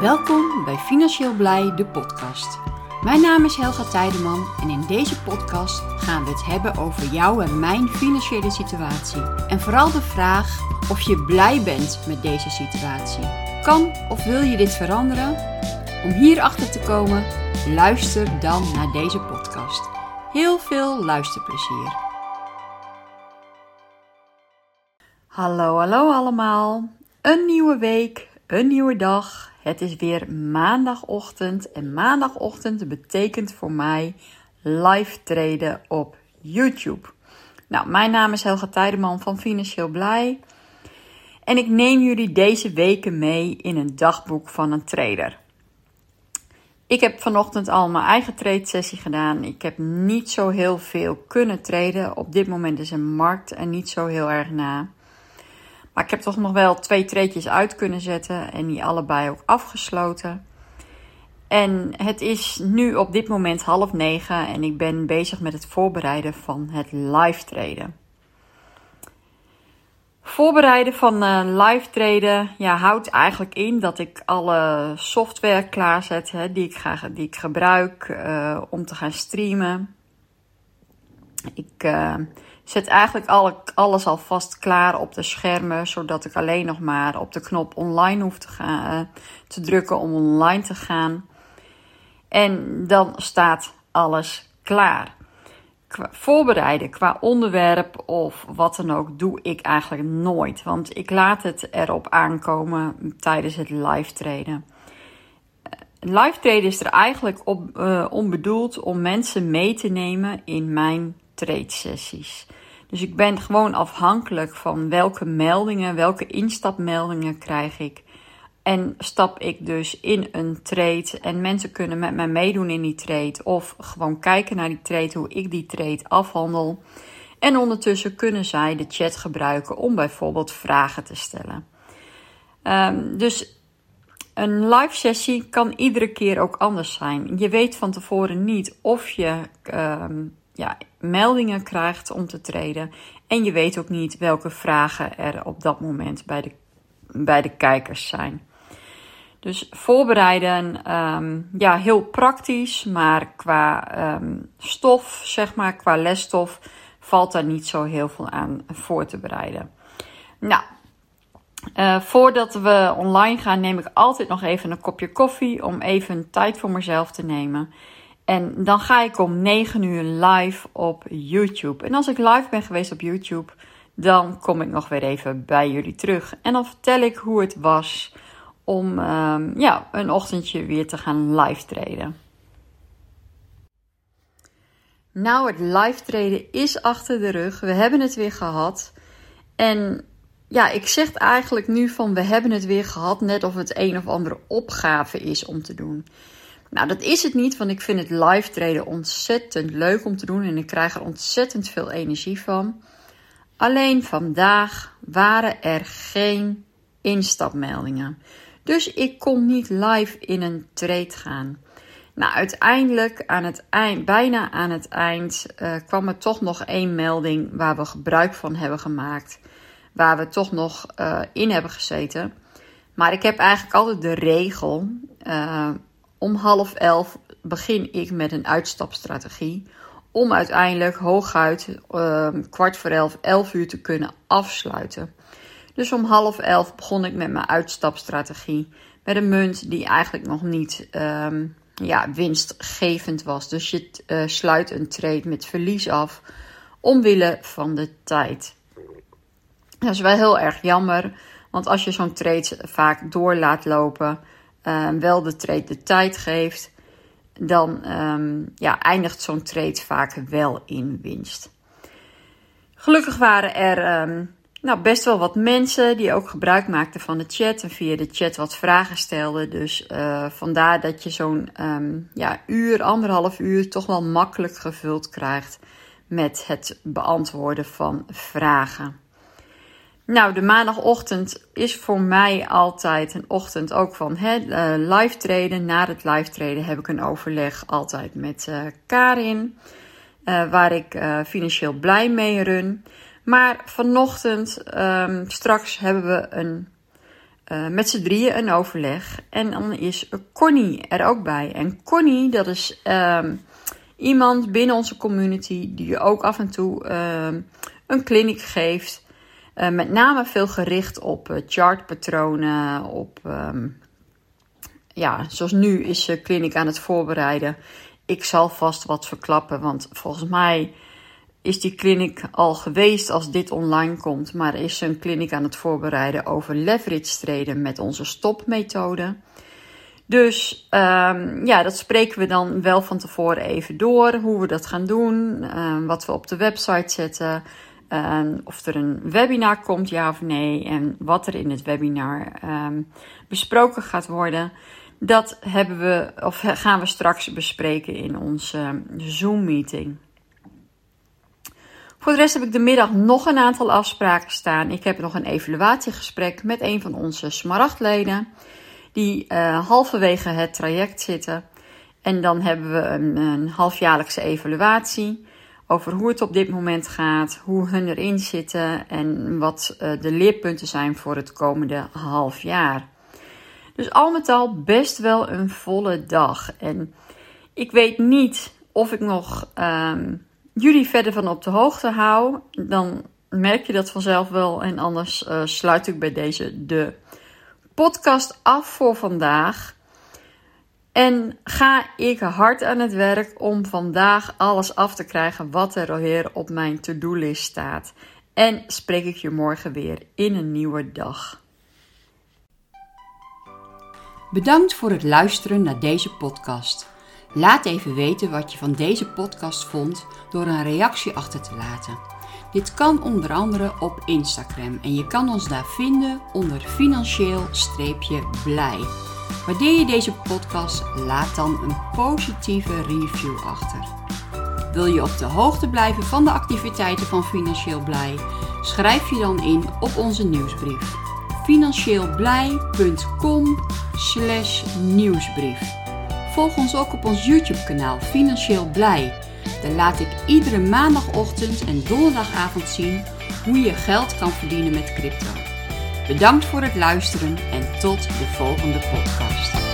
Welkom bij Financieel Blij, de podcast. Mijn naam is Helga Tijdeman en in deze podcast gaan we het hebben over jou en mijn financiële situatie. En vooral de vraag of je blij bent met deze situatie. Kan of wil je dit veranderen? Om hierachter te komen, luister dan naar deze podcast. Heel veel luisterplezier. Hallo allemaal. Een nieuwe week, een nieuwe dag. Het is weer maandagochtend en maandagochtend betekent voor mij live traden op YouTube. Nou, mijn naam is Helga Tijdeman van Financieel Blij en ik neem jullie deze weken mee in een dagboek van een trader. Ik heb vanochtend al mijn eigen trade sessie gedaan. Ik heb niet zo heel veel kunnen traden. Op dit moment is een markt er niet zo heel erg na. Maar ik heb toch nog wel 2 tradejes uit kunnen zetten en die allebei ook afgesloten. En het is nu op dit moment 8:30 en ik ben bezig met het voorbereiden van het live traden. Voorbereiden van live traden houdt eigenlijk in dat ik alle software klaarzet die ik gebruik om te gaan streamen. Ik zet eigenlijk alles alvast klaar op de schermen, zodat ik alleen nog maar op de knop online hoef te drukken om online te gaan. En dan staat alles klaar. Qua voorbereiden, qua onderwerp of wat dan ook, doe ik eigenlijk nooit. Want ik laat het erop aankomen tijdens het live traden. Live traden is er eigenlijk om bedoeld om mensen mee te nemen in mijn trade sessies. Dus ik ben gewoon afhankelijk van welke meldingen, welke instapmeldingen krijg ik. En stap ik dus in een trade en mensen kunnen met mij meedoen in die trade. Of gewoon kijken naar die trade, hoe ik die trade afhandel. En ondertussen kunnen zij de chat gebruiken om bijvoorbeeld vragen te stellen. Dus een live sessie kan iedere keer ook anders zijn. Je weet van tevoren niet of je meldingen krijgt om te traden. En je weet ook niet welke vragen er op dat moment bij de kijkers zijn. Dus voorbereiden, heel praktisch, maar qua stof, qua lesstof, valt daar niet zo heel veel aan voor te bereiden. Nou, voordat we online gaan, neem ik altijd nog even een kopje koffie om even tijd voor mezelf te nemen. En dan ga ik om 9 uur live op YouTube. En als ik live ben geweest op YouTube, dan kom ik nog weer even bij jullie terug. En dan vertel ik hoe het was om een ochtendje weer te gaan live traden. Nou, het live traden is achter de rug. We hebben het weer gehad. En ik zeg eigenlijk nu van we hebben het weer gehad, net of het een of andere opgave is om te doen. Nou, dat is het niet, want ik vind het live traden ontzettend leuk om te doen en ik krijg er ontzettend veel energie van. Alleen vandaag waren er geen instapmeldingen. Dus ik kon niet live in een trade gaan. Nou, uiteindelijk bijna aan het eind kwam er toch nog 1 melding waar we gebruik van hebben gemaakt. Waar we toch nog in hebben gezeten. Maar ik heb eigenlijk altijd de regel, om 10:30 begin ik met een uitstapstrategie. Om uiteindelijk hooguit 11:15, 11 uur te kunnen afsluiten. Dus om 10:30 begon ik met mijn uitstapstrategie. Met een munt die eigenlijk nog niet winstgevend was. Dus je sluit een trade met verlies af. Omwille van de tijd. Dat is wel heel erg jammer. Want als je zo'n trade vaak door laat lopen. Wel de trade de tijd geeft. Dan eindigt zo'n trade vaak wel in winst. Gelukkig waren er best wel wat mensen die ook gebruik maakten van de chat. En via de chat wat vragen stelden. Dus vandaar dat je zo'n anderhalf uur toch wel makkelijk gevuld krijgt. Met het beantwoorden van vragen. Nou, de maandagochtend is voor mij altijd een ochtend ook van live traden. Na het live traden heb ik een overleg altijd met Karin. Waar ik financieel blij mee run. Maar vanochtend, straks hebben we met z'n drieën een overleg. En dan is Connie er ook bij. En Connie, dat is iemand binnen onze community die ook af en toe een kliniek geeft. Met name veel gericht op chartpatronen, zoals nu is ze kliniek aan het voorbereiden. Ik zal vast wat verklappen, want volgens mij is die kliniek al geweest als dit online komt. Maar is ze een kliniek aan het voorbereiden over leverage traden met onze stopmethode. Dus dat spreken we dan wel van tevoren even door. Hoe we dat gaan doen, wat we op de website zetten. Of er een webinar komt, ja of nee. En wat er in het webinar besproken gaat worden. Dat gaan we straks bespreken in onze Zoom-meeting. Voor de rest heb ik de middag nog een aantal afspraken staan. Ik heb nog een evaluatiegesprek met een van onze smaragdleden. Die halverwege het traject zitten. En dan hebben we een halfjaarlijkse evaluatie. Over hoe het op dit moment gaat. Hoe hun erin zitten. En wat de leerpunten zijn voor het komende half jaar. Dus al met al best wel een volle dag. En ik weet niet of ik nog jullie verder van op de hoogte hou. Dan merk je dat vanzelf wel. En anders sluit ik bij deze de podcast af voor vandaag. En ga ik hard aan het werk om vandaag alles af te krijgen wat er weer op mijn to-do-list staat. En spreek ik je morgen weer in een nieuwe dag. Bedankt voor het luisteren naar deze podcast. Laat even weten wat je van deze podcast vond door een reactie achter te laten. Dit kan onder andere op Instagram en je kan ons daar vinden onder financieel-blij. Waardeer je deze podcast, laat dan een positieve review achter. Wil je op de hoogte blijven van de activiteiten van Financieel Blij? Schrijf je dan in op onze nieuwsbrief. financieelblij.com/nieuwsbrief. Volg ons ook op ons YouTube kanaal Financieel Blij. Daar laat ik iedere maandagochtend en donderdagavond zien hoe je geld kan verdienen met crypto. Bedankt voor het luisteren en tot de volgende podcast.